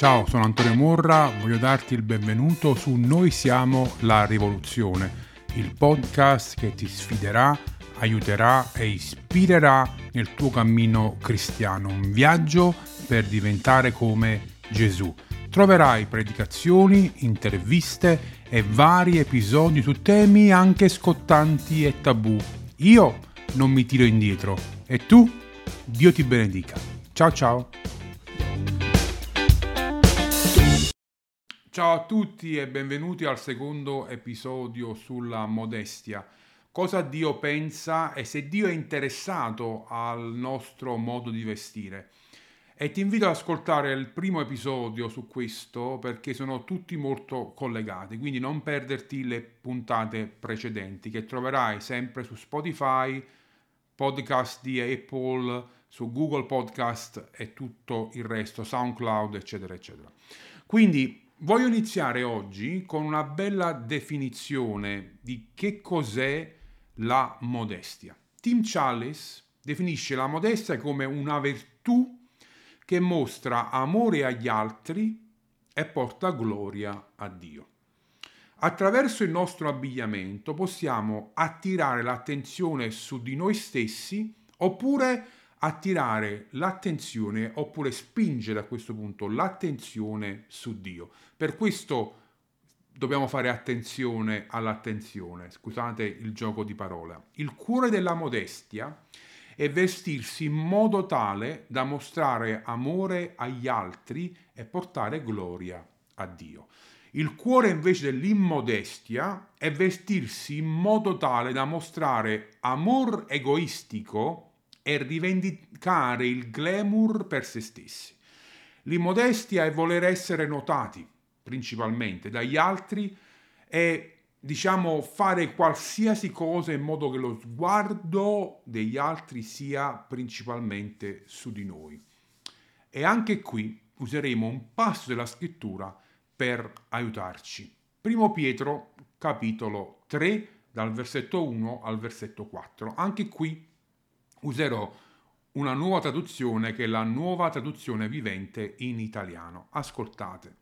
Ciao, sono Antonio Morra, voglio darti il benvenuto su Noi siamo la rivoluzione, il podcast che ti sfiderà, aiuterà e ispirerà nel tuo cammino cristiano, un viaggio per diventare come Gesù. Troverai predicazioni, interviste e vari episodi su temi anche scottanti e tabù. Io non mi tiro indietro e tu? Dio ti benedica. Ciao ciao! Ciao a tutti e benvenuti al secondo episodio sulla modestia. Cosa Dio pensa e se Dio è interessato al nostro modo di vestire. E ti invito ad ascoltare il primo episodio su questo perché sono tutti molto collegati, quindi non perderti le puntate precedenti che troverai sempre su Spotify, podcast di Apple, su Google Podcast e tutto il resto, SoundCloud, eccetera, eccetera. Quindi voglio iniziare oggi con una bella definizione di che cos'è la modestia. Tim Challies definisce la modestia come una virtù che mostra amore agli altri e porta gloria a Dio. Attraverso il nostro abbigliamento possiamo attirare l'attenzione su di noi stessi oppure attirare l'attenzione oppure spingere a questo punto l'attenzione su Dio. Per questo dobbiamo fare attenzione all'attenzione, scusate il gioco di parole. Il cuore della modestia è vestirsi in modo tale da mostrare amore agli altri e portare gloria a Dio. Il cuore invece dell'immodestia è vestirsi in modo tale da mostrare amor egoistico e rivendicare il glamour per se stessi. L'immodestia è voler essere notati principalmente dagli altri e fare qualsiasi cosa in modo che lo sguardo degli altri sia principalmente su di noi. E anche qui useremo un passo della scrittura per aiutarci. Primo Pietro, capitolo 3, dal versetto 1 al versetto 4. Anche qui userò una nuova traduzione che è la nuova traduzione vivente in italiano. Ascoltate.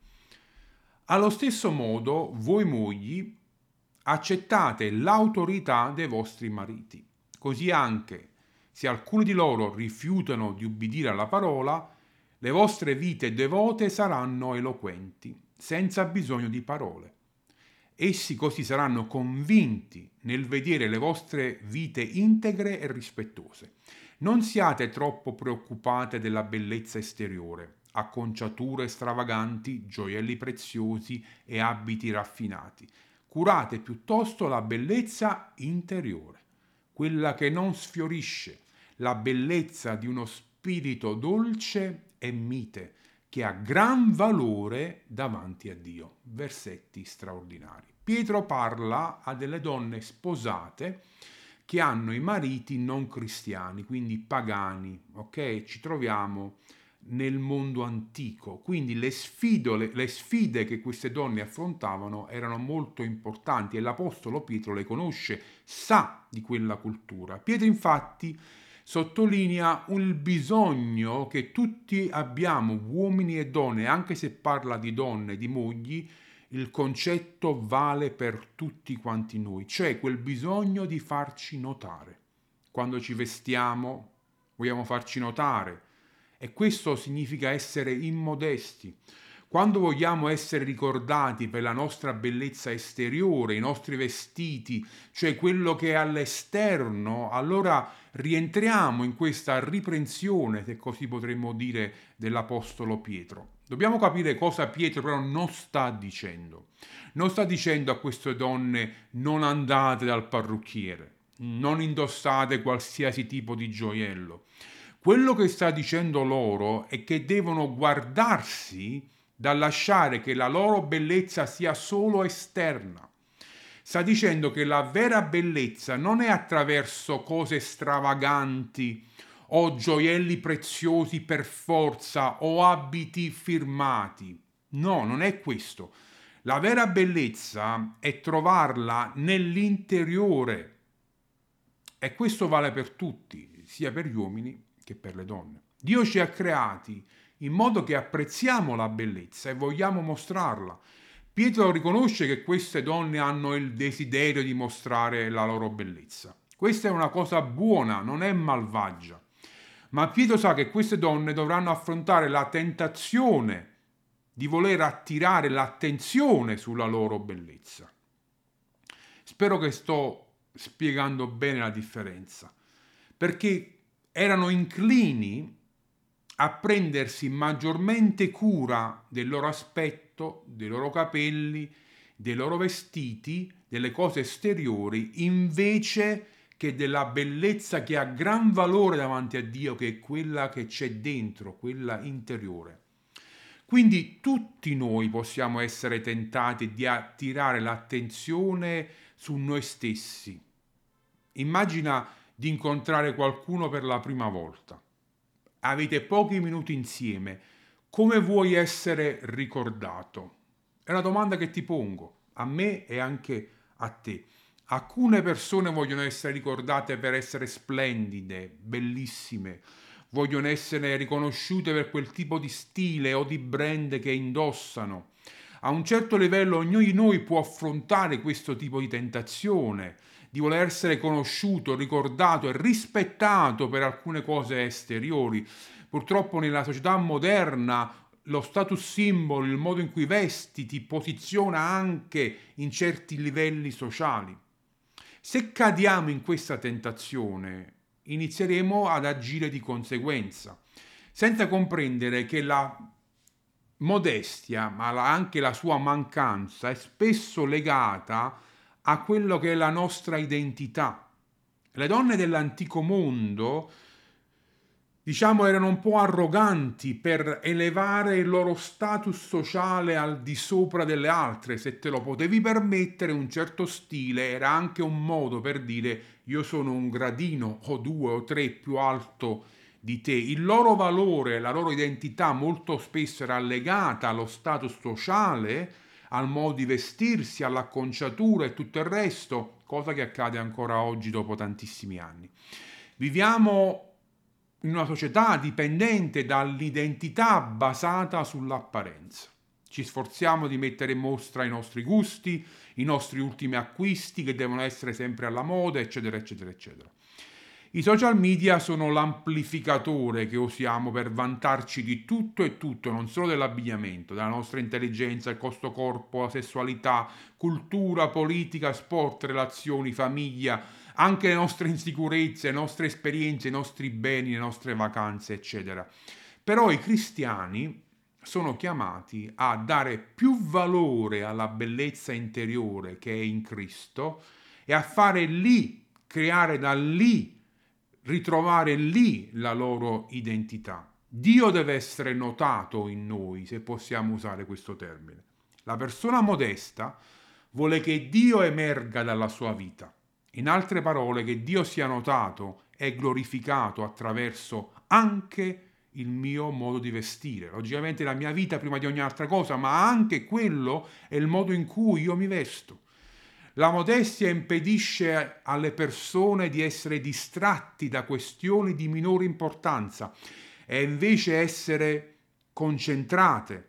Allo stesso modo, voi mogli accettate l'autorità dei vostri mariti, così anche se alcuni di loro rifiutano di ubbidire alla parola, le vostre vite devote saranno eloquenti, senza bisogno di parole. Essi così saranno convinti nel vedere le vostre vite integre e rispettose. Non siate troppo preoccupate della bellezza esteriore, acconciature stravaganti, gioielli preziosi e abiti raffinati. Curate piuttosto la bellezza interiore, quella che non sfiorisce, la bellezza di uno spirito dolce e mite, che ha gran valore davanti a Dio. Versetti straordinari. Pietro parla a delle donne sposate che hanno i mariti non cristiani, quindi pagani, ok? Ci troviamo nel mondo antico, quindi le sfide che queste donne affrontavano erano molto importanti e l'Apostolo Pietro le conosce, sa di quella cultura. Pietro infatti sottolinea il bisogno che tutti abbiamo, uomini e donne, anche se parla di donne, di mogli, il concetto vale per tutti quanti noi, cioè quel bisogno di farci notare. Quando ci vestiamo, vogliamo farci notare e questo significa essere immodesti. Quando vogliamo essere ricordati per la nostra bellezza esteriore, i nostri vestiti, cioè quello che è all'esterno, allora rientriamo in questa riprensione, se così potremmo dire, dell'Apostolo Pietro. Dobbiamo capire cosa Pietro però non sta dicendo. Non sta dicendo a queste donne non andate dal parrucchiere, non indossate qualsiasi tipo di gioiello. Quello che sta dicendo loro è che devono guardarsi da lasciare che la loro bellezza sia solo esterna. Sta dicendo che la vera bellezza non è attraverso cose stravaganti o gioielli preziosi per forza o abiti firmati. No, non è questo. La vera bellezza è trovarla nell'interiore. E questo vale per tutti, sia per gli uomini che per le donne. Dio ci ha creati in modo che apprezziamo la bellezza e vogliamo mostrarla. Pietro riconosce che queste donne hanno il desiderio di mostrare la loro bellezza. Questa è una cosa buona, non è malvagia. Ma Pietro sa che queste donne dovranno affrontare la tentazione di voler attirare l'attenzione sulla loro bellezza. Spero che sto spiegando bene la differenza, perché erano inclini a prendersi maggiormente cura del loro aspetto, dei loro capelli, dei loro vestiti, delle cose esteriori, invece che della bellezza che ha gran valore davanti a Dio, che è quella che c'è dentro, quella interiore. Quindi tutti noi possiamo essere tentati di attirare l'attenzione su noi stessi. Immagina di incontrare qualcuno per la prima volta. Avete pochi minuti insieme. Come vuoi essere ricordato? È una domanda che ti pongo, a me e anche a te. Alcune persone vogliono essere ricordate per essere splendide, bellissime, vogliono essere riconosciute per quel tipo di stile o di brand che indossano. A un certo livello ognuno di noi può affrontare questo tipo di tentazione, di voler essere conosciuto, ricordato e rispettato per alcune cose esteriori. Purtroppo nella società moderna lo status symbol, il modo in cui vesti, ti posiziona anche in certi livelli sociali. Se cadiamo in questa tentazione, inizieremo ad agire di conseguenza, senza comprendere che la modestia, ma anche la sua mancanza, è spesso legata a quello che è la nostra identità. Le donne dell'antico mondo, diciamo, erano un po' arroganti per elevare il loro status sociale al di sopra delle altre. Se te lo potevi permettere, un certo stile era anche un modo per dire io sono un gradino o due o tre più alto di te. Il loro valore, la loro identità molto spesso era legata allo status sociale, al modo di vestirsi, all'acconciatura e tutto il resto, cosa che accade ancora oggi dopo tantissimi anni. Viviamo in una società dipendente dall'identità basata sull'apparenza. Ci sforziamo di mettere in mostra i nostri gusti, i nostri ultimi acquisti che devono essere sempre alla moda, eccetera, eccetera, eccetera. I social media sono l'amplificatore che usiamo per vantarci di tutto e tutto, non solo dell'abbigliamento, della nostra intelligenza, il costo corpo, la sessualità, cultura, politica, sport, relazioni, famiglia, anche le nostre insicurezze, le nostre esperienze, i nostri beni, le nostre vacanze, eccetera. Però i cristiani sono chiamati a dare più valore alla bellezza interiore che è in Cristo e a fare lì, creare da lì, ritrovare lì la loro identità. Dio deve essere notato in noi, se possiamo usare questo termine. La persona modesta vuole che Dio emerga dalla sua vita. In altre parole, che Dio sia notato e glorificato attraverso anche il mio modo di vestire. Logicamente la mia vita prima di ogni altra cosa, ma anche quello è il modo in cui io mi vesto. La modestia impedisce alle persone di essere distratti da questioni di minore importanza e invece essere concentrate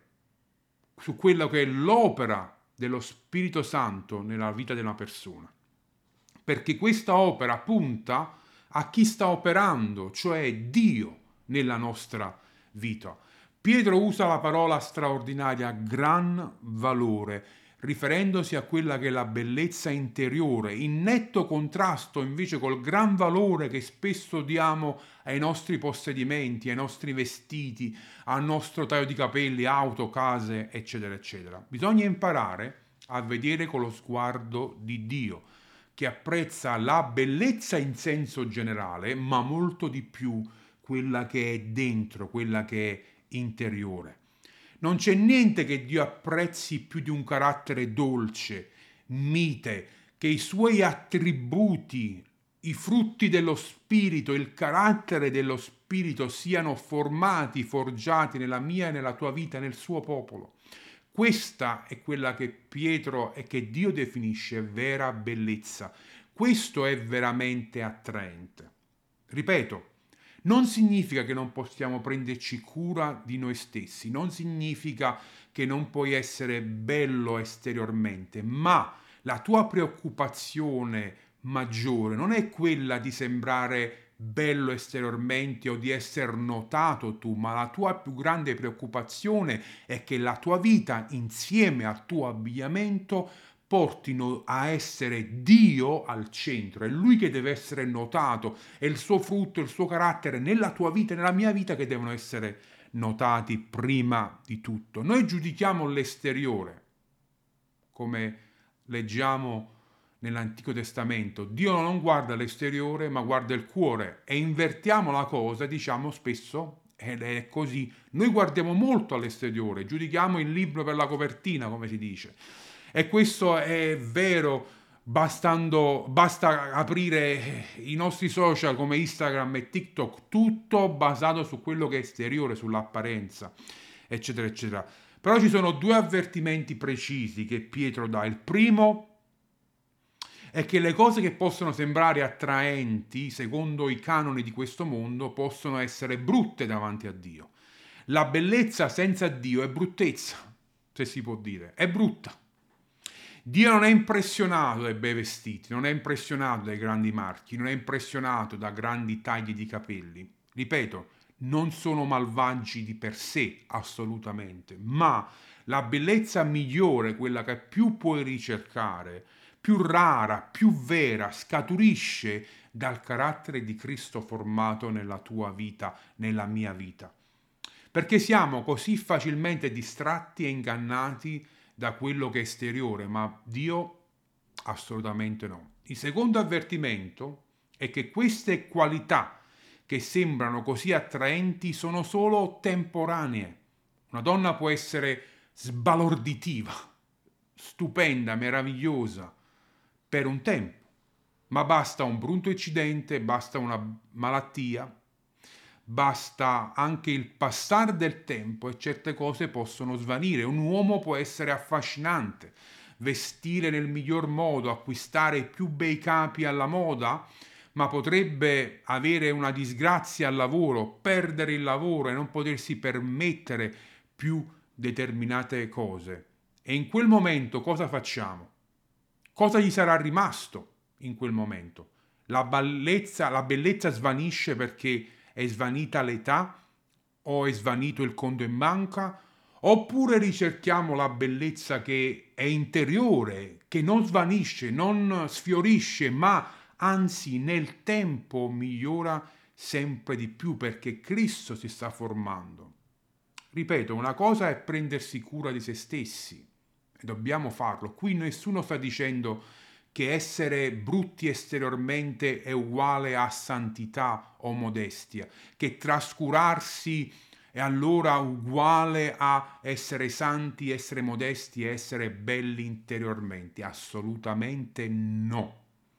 su quello che è l'opera dello Spirito Santo nella vita di una persona. Perché questa opera punta a chi sta operando, cioè Dio nella nostra vita. Pietro usa la parola straordinaria gran valore, riferendosi a quella che è la bellezza interiore, in netto contrasto invece col gran valore che spesso diamo ai nostri possedimenti, ai nostri vestiti, al nostro taglio di capelli, auto, case, eccetera, eccetera. Bisogna imparare a vedere con lo sguardo di Dio, che apprezza la bellezza in senso generale, ma molto di più quella che è dentro, quella che è interiore. Non c'è niente che Dio apprezzi più di un carattere dolce, mite, che i suoi attributi, i frutti dello Spirito, il carattere dello Spirito siano formati, forgiati nella mia e nella tua vita, nel suo popolo. Questa è quella che Pietro e che Dio definisce vera bellezza. Questo è veramente attraente. Ripeto, Non significa che non possiamo prenderci cura di noi stessi, non significa che non puoi essere bello esteriormente, ma la tua preoccupazione maggiore non è quella di sembrare bello esteriormente o di essere notato tu, ma la tua più grande preoccupazione è che la tua vita insieme al tuo abbigliamento portino a essere Dio al centro, è Lui che deve essere notato, è il suo frutto, il suo carattere nella tua vita e nella mia vita che devono essere notati prima di tutto. Noi giudichiamo l'esteriore, come leggiamo nell'Antico Testamento. Dio non guarda l'esteriore, ma guarda il cuore. E invertiamo la cosa, diciamo spesso, ed è così. Noi guardiamo molto all'esteriore, giudichiamo il libro per la copertina, come si dice. E questo è vero, basta aprire i nostri social come Instagram e TikTok, tutto basato su quello che è esteriore, sull'apparenza, eccetera, eccetera. Però ci sono due avvertimenti precisi che Pietro dà. Il primo è che le cose che possono sembrare attraenti, secondo i canoni di questo mondo, possono essere brutte davanti a Dio. La bellezza senza Dio è bruttezza, se si può dire, è brutta. Dio non è impressionato dai bei vestiti, non è impressionato dai grandi marchi, non è impressionato da grandi tagli di capelli. Ripeto, non sono malvagi di per sé, assolutamente, ma la bellezza migliore, quella che più puoi ricercare, più rara, più vera, scaturisce dal carattere di Cristo formato nella tua vita, nella mia vita. Perché siamo così facilmente distratti e ingannati da quello che è esteriore, ma Dio assolutamente no. Il secondo avvertimento è che queste qualità che sembrano così attraenti sono solo temporanee. Una donna può essere sbalorditiva, stupenda, meravigliosa per un tempo, ma basta un brutto incidente, basta una malattia, basta anche il passare del tempo e certe cose possono svanire. Un uomo può essere affascinante, vestire nel miglior modo, acquistare i più bei capi alla moda, ma potrebbe avere una disgrazia al lavoro, perdere il lavoro e non potersi permettere più determinate cose. E in quel momento cosa facciamo? Cosa gli sarà rimasto in quel momento? La bellezza svanisce perché è svanita l'età o è svanito il conto in banca? Oppure ricerchiamo la bellezza che è interiore, che non svanisce, non sfiorisce, ma anzi nel tempo migliora sempre di più perché Cristo si sta formando. Ripeto, una cosa è prendersi cura di se stessi e dobbiamo farlo. Qui nessuno sta dicendo che essere brutti esteriormente è uguale a santità o modestia, che trascurarsi è allora uguale a essere santi, essere modesti, essere belli interiormente. Assolutamente no.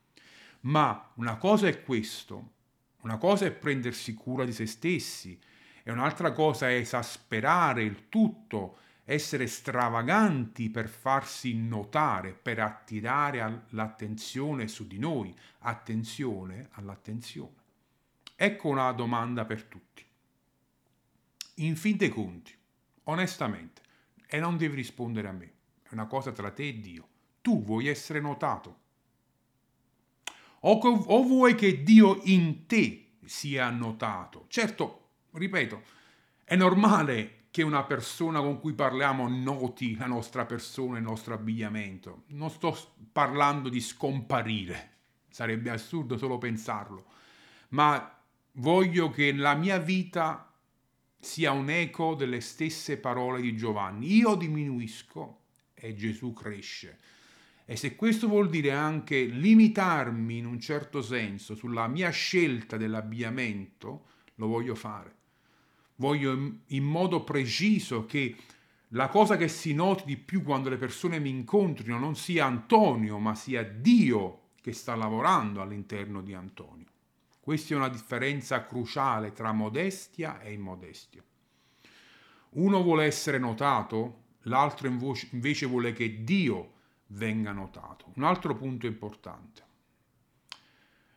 Ma una cosa è questo, una cosa è prendersi cura di se stessi e un'altra cosa è esasperare il tutto, essere stravaganti per farsi notare, per attirare l'attenzione su di noi. Attenzione all'attenzione. Ecco una domanda per tutti. In fin dei conti, onestamente, e non devi rispondere a me, è una cosa tra te e Dio. Tu vuoi essere notato? O vuoi che Dio in te sia notato? Certo, ripeto, è normale che una persona con cui parliamo noti la nostra persona, il nostro abbigliamento. Non sto parlando di scomparire, sarebbe assurdo solo pensarlo, ma voglio che la mia vita sia un eco delle stesse parole di Giovanni. Io diminuisco e Gesù cresce. E se questo vuol dire anche limitarmi in un certo senso sulla mia scelta dell'abbigliamento, lo voglio fare. Voglio in modo preciso che la cosa che si noti di più quando le persone mi incontrino non sia Antonio, ma sia Dio che sta lavorando all'interno di Antonio. Questa è una differenza cruciale tra modestia e immodestia. Uno vuole essere notato, l'altro invece vuole che Dio venga notato. Un altro punto importante.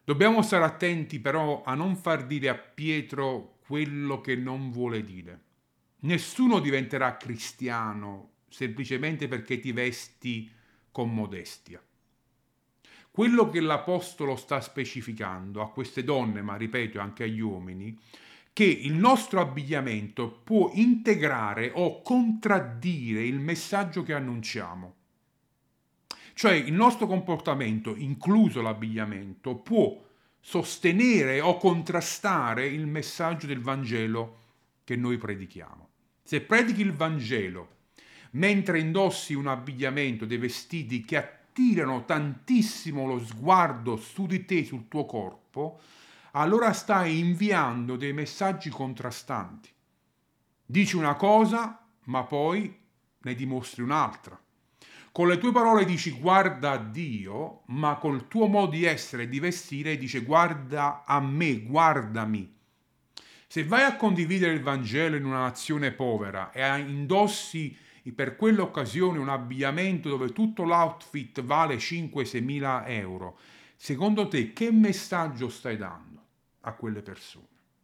Dobbiamo stare attenti però a non far dire a Pietro quello che non vuole dire. Nessuno diventerà cristiano semplicemente perché ti vesti con modestia. Quello che l'Apostolo sta specificando a queste donne, ma ripeto anche agli uomini, che il nostro abbigliamento può integrare o contraddire il messaggio che annunciamo. Cioè il nostro comportamento, incluso l'abbigliamento, può sostenere o contrastare il messaggio del Vangelo che noi predichiamo. Se predichi il Vangelo mentre indossi un abbigliamento, dei vestiti che attirano tantissimo lo sguardo su di te, sul tuo corpo, allora stai inviando dei messaggi contrastanti. Dici una cosa, ma poi ne dimostri un'altra. Con le tue parole dici guarda a Dio, ma col tuo modo di essere e di vestire dice guarda a me, guardami. Se vai a condividere il Vangelo in una nazione povera e indossi per quell'occasione un abbigliamento dove tutto l'outfit vale 5-6 mila euro, secondo te che messaggio stai dando a quelle persone?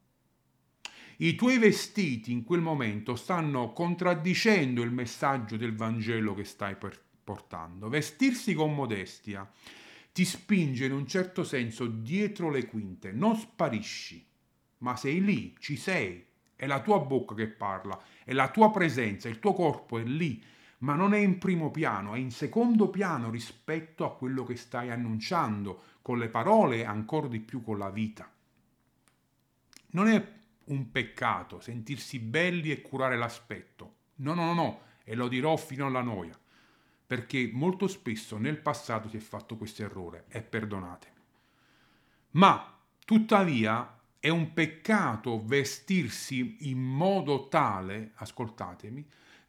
I tuoi vestiti in quel momento stanno contraddicendo il messaggio del Vangelo che stai portando. Vestirsi con modestia ti spinge in un certo senso dietro le quinte, non sparisci, ma sei lì, ci sei, è la tua bocca che parla, è la tua presenza, il tuo corpo è lì, ma non è in primo piano, è in secondo piano rispetto a quello che stai annunciando, con le parole, ancora di più con la vita. Non è un peccato sentirsi belli e curare l'aspetto. No, no, no, no, e lo dirò fino alla noia, perché molto spesso nel passato si è fatto questo errore e perdonatemi. Ma, tuttavia, è un peccato vestirsi in modo tale, ascoltatemi,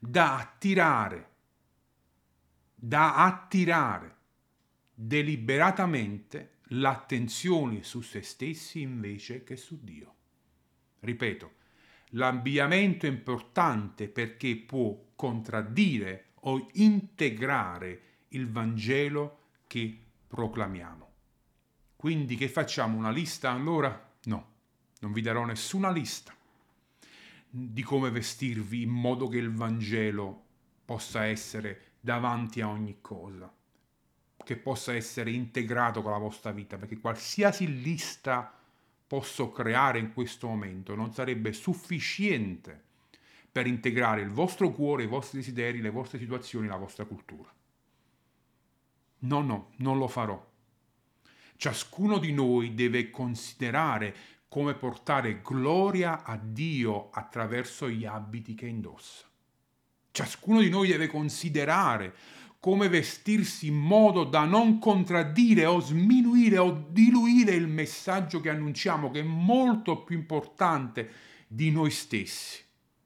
da attirare deliberatamente l'attenzione su se stessi invece che su Dio. Ripeto, l'abbigliamento è importante perché può contraddire o integrare il Vangelo che proclamiamo. Quindi che facciamo? Una lista allora? No, non vi darò nessuna lista di come vestirvi in modo che il Vangelo possa essere davanti a ogni cosa, che possa essere integrato con la vostra vita, perché qualsiasi lista posso creare in questo momento non sarebbe sufficiente per integrare il vostro cuore, i vostri desideri, le vostre situazioni, la vostra cultura. No, no, non lo farò. Ciascuno di noi deve considerare come portare gloria a Dio attraverso gli abiti che indossa. Ciascuno di noi deve considerare come vestirsi in modo da non contraddire o sminuire o diluire il messaggio che annunciamo, che è molto più importante di noi stessi.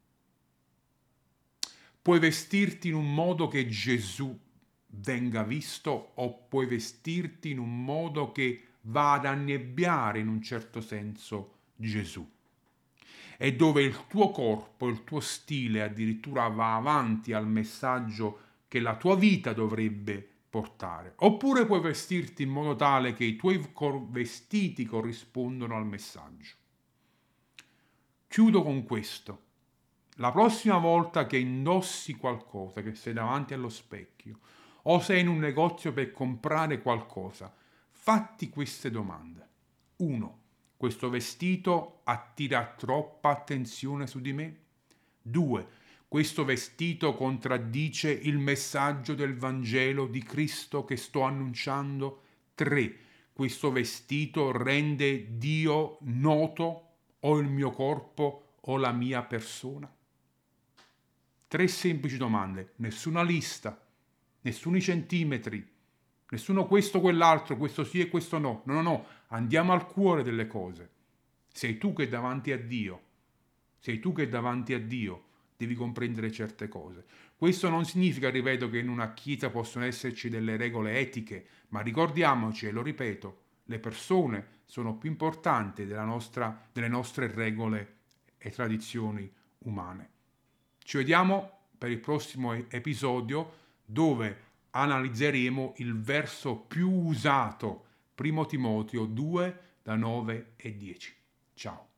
Puoi vestirti in un modo che Gesù venga visto o puoi vestirti in un modo che va ad annebbiare in un certo senso Gesù. E dove il tuo corpo, il tuo stile addirittura va avanti al messaggio che la tua vita dovrebbe portare. Oppure puoi vestirti in modo tale che i tuoi vestiti corrispondono al messaggio. Chiudo con questo. La prossima volta che indossi qualcosa, che sei davanti allo specchio, o sei in un negozio per comprare qualcosa, fatti queste domande. 1. Questo vestito attira troppa attenzione su di me? 2. Questo vestito contraddice il messaggio del Vangelo di Cristo che sto annunciando? 3. Questo vestito rende Dio noto o il mio corpo o la mia persona? 3 semplici domande, nessuna lista, nessuni centimetri, nessuno questo, quell'altro, questo sì e questo no. No, no, no, andiamo al cuore delle cose. Sei tu che davanti a Dio, sei tu che davanti a Dio devi comprendere certe cose. Questo non significa, ripeto, che in una chiesa possono esserci delle regole etiche, ma ricordiamoci, e lo ripeto, le persone sono più importanti delle nostre regole e tradizioni umane. Ci vediamo per il prossimo episodio dove analizzeremo il verso più usato 1 Timoteo 2 da 9 e 10. Ciao.